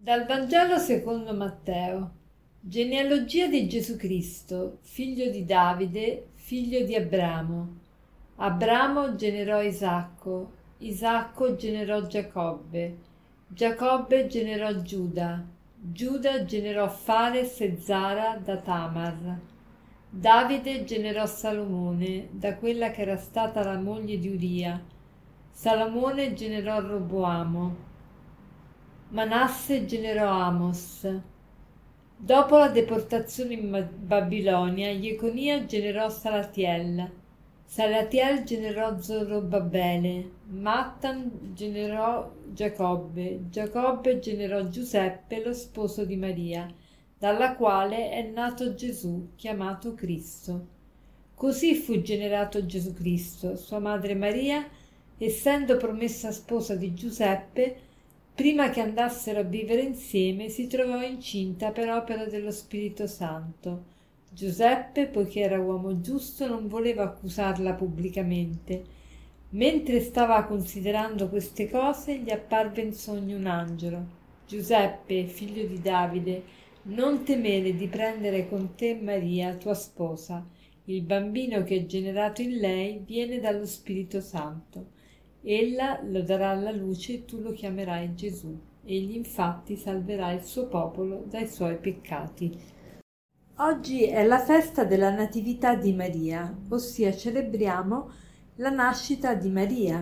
Dal Vangelo secondo Matteo. Genealogia di Gesù Cristo, figlio di Davide, figlio di Abramo. Abramo generò Isacco, Isacco generò Giacobbe, Giacobbe generò Giuda, Giuda generò Fares e Zara da Tamar. Davide generò Salomone, da quella che era stata la moglie di Uria. Salomone generò Roboamo. Manasse generò Amos. Dopo la deportazione in Babilonia, Jeconia generò Salatiel. Salatiel generò Zorobabele. Mattan generò Giacobbe. Giacobbe generò Giuseppe, lo sposo di Maria, dalla quale è nato Gesù, chiamato Cristo. Così fu generato Gesù Cristo, sua madre Maria, essendo promessa sposa di Giuseppe. Prima che andassero a vivere insieme, si trovò incinta per opera dello Spirito Santo. Giuseppe, poiché era uomo giusto, non voleva accusarla pubblicamente. Mentre stava considerando queste cose, gli apparve in sogno un angelo. Giuseppe, figlio di Davide, non temere di prendere con te Maria, tua sposa. Il bambino che è generato in lei viene dallo Spirito Santo. Ella lo darà alla luce e tu lo chiamerai Gesù. Egli infatti salverà il suo popolo dai suoi peccati. Oggi è la festa della Natività di Maria, ossia celebriamo la nascita di Maria.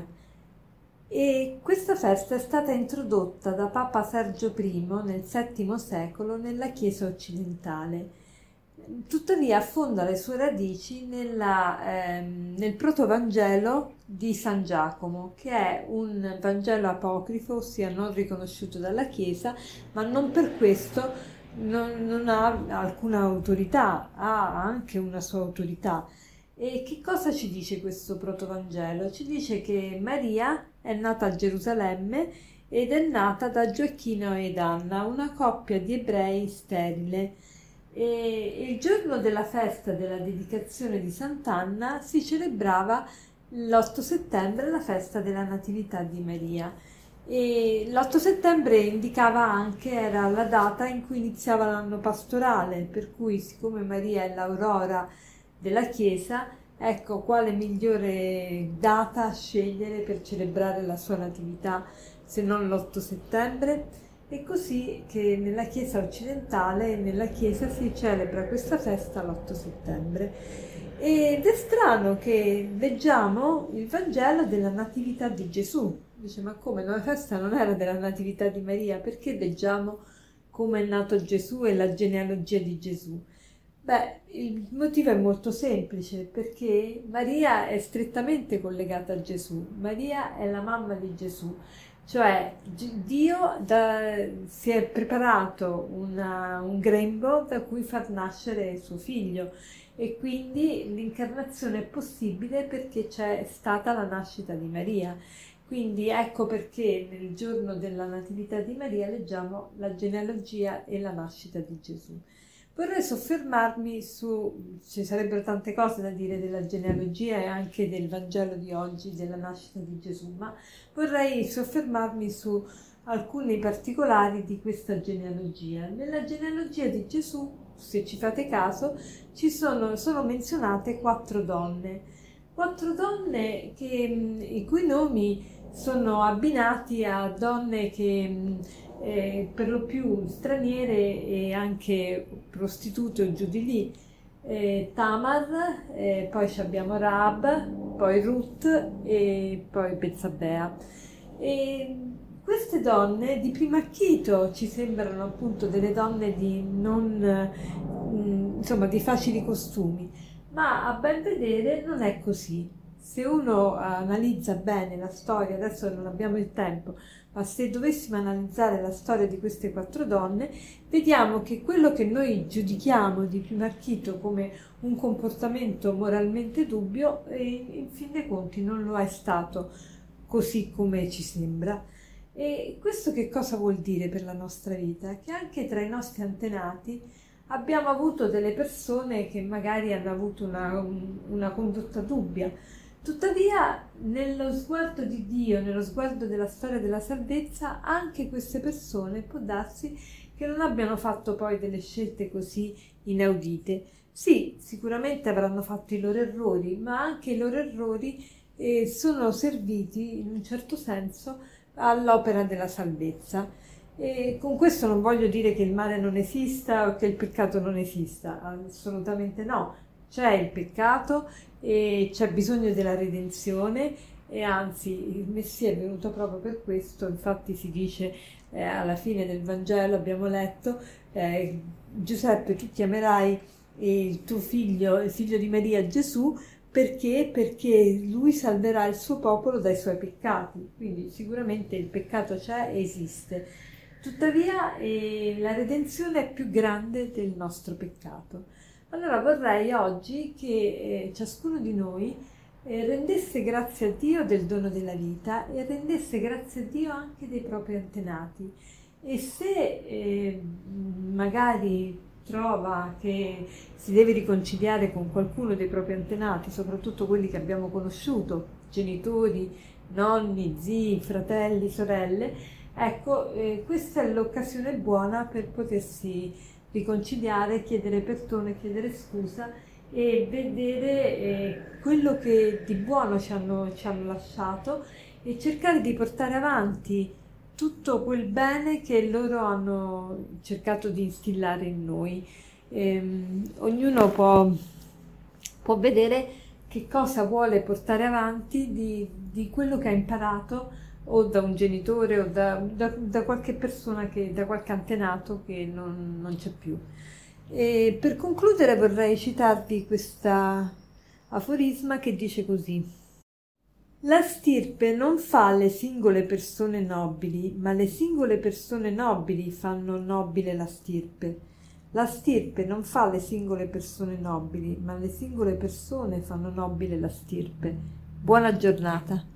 E questa festa è stata introdotta da Papa Sergio I nel VII secolo nella Chiesa occidentale. Tuttavia affonda le sue radici nel protovangelo di San Giacomo, che è un Vangelo apocrifo, ossia non riconosciuto dalla Chiesa, ma non per questo non ha alcuna autorità, ha anche una sua autorità. E che cosa ci dice questo protovangelo? Ci dice che Maria è nata a Gerusalemme ed è nata da Gioacchino ed Anna, una coppia di ebrei sterile. E il giorno della festa della dedicazione di Sant'Anna si celebrava l'8 settembre la festa della Natività di Maria. E l'8 settembre indicava anche, era la data in cui iniziava l'anno pastorale, per cui siccome Maria è l'aurora della Chiesa, ecco quale migliore data a scegliere per celebrare la sua natività se non l'8 settembre. È così che nella Chiesa occidentale e nella Chiesa si celebra questa festa l'8 settembre. Ed è strano che leggiamo il Vangelo della Natività di Gesù. Dice, ma come? La festa non era della Natività di Maria? Perché leggiamo come è nato Gesù e la genealogia di Gesù? Beh, il motivo è molto semplice, perché Maria è strettamente collegata a Gesù. Maria è la mamma di Gesù. Cioè Dio si è preparato un grembo da cui far nascere suo figlio e quindi l'incarnazione è possibile perché c'è stata la nascita di Maria. Quindi ecco perché nel giorno della Natività di Maria leggiamo la genealogia e la nascita di Gesù. Vorrei soffermarmi ci sarebbero tante cose da dire della genealogia e anche del Vangelo di oggi, della nascita di Gesù, ma vorrei soffermarmi su alcuni particolari di questa genealogia. Nella genealogia di Gesù, se ci fate caso, sono menzionate quattro donne i cui nomi sono abbinati a donne che per lo più straniere e anche prostitute o giù di lì. Tamar, poi abbiamo Raab, poi Ruth e poi Bezzabea. E queste donne di primo acchito ci sembrano appunto delle donne di facili costumi, ma a ben vedere non è così. Se uno analizza bene la storia, adesso non abbiamo il tempo, ma se dovessimo analizzare la storia di queste quattro donne, vediamo che quello che noi giudichiamo di primo acchito come un comportamento moralmente dubbio, in fin dei conti non lo è stato così come ci sembra. E questo che cosa vuol dire per la nostra vita? Che anche tra i nostri antenati abbiamo avuto delle persone che magari hanno avuto una condotta dubbia. Tuttavia, nello sguardo di Dio, nello sguardo della storia della salvezza, anche queste persone può darsi che non abbiano fatto poi delle scelte così inaudite. Sì, sicuramente avranno fatto i loro errori, ma anche i loro errori sono serviti in un certo senso all'opera della salvezza. E con questo non voglio dire che il male non esista o che il peccato non esista, assolutamente no. C'è il peccato e c'è bisogno della redenzione, e anzi il Messia è venuto proprio per questo. Infatti si dice alla fine del Vangelo, abbiamo letto, Giuseppe, tu chiamerai il tuo figlio, il figlio di Maria, Gesù, perché lui salverà il suo popolo dai suoi peccati. Quindi sicuramente il peccato c'è e esiste. Tuttavia la redenzione è più grande del nostro peccato. Allora vorrei oggi che ciascuno di noi rendesse grazie a Dio del dono della vita e rendesse grazie a Dio anche dei propri antenati. E se magari trova che si deve riconciliare con qualcuno dei propri antenati, soprattutto quelli che abbiamo conosciuto, genitori, nonni, zii, fratelli, sorelle, ecco, questa è l'occasione buona per potersi riconciliare, chiedere perdono, chiedere scusa e vedere quello che di buono ci hanno lasciato e cercare di portare avanti tutto quel bene che loro hanno cercato di instillare in noi. Ognuno può vedere che cosa vuole portare avanti di quello che ha imparato o da un genitore o da qualche persona, da qualche antenato che non c'è più. E per concludere vorrei citarvi questa aforisma che dice così: la stirpe non fa le singole persone nobili, ma le singole persone nobili fanno nobile la stirpe. La stirpe non fa le singole persone nobili, ma le singole persone fanno nobile la stirpe. Buona giornata.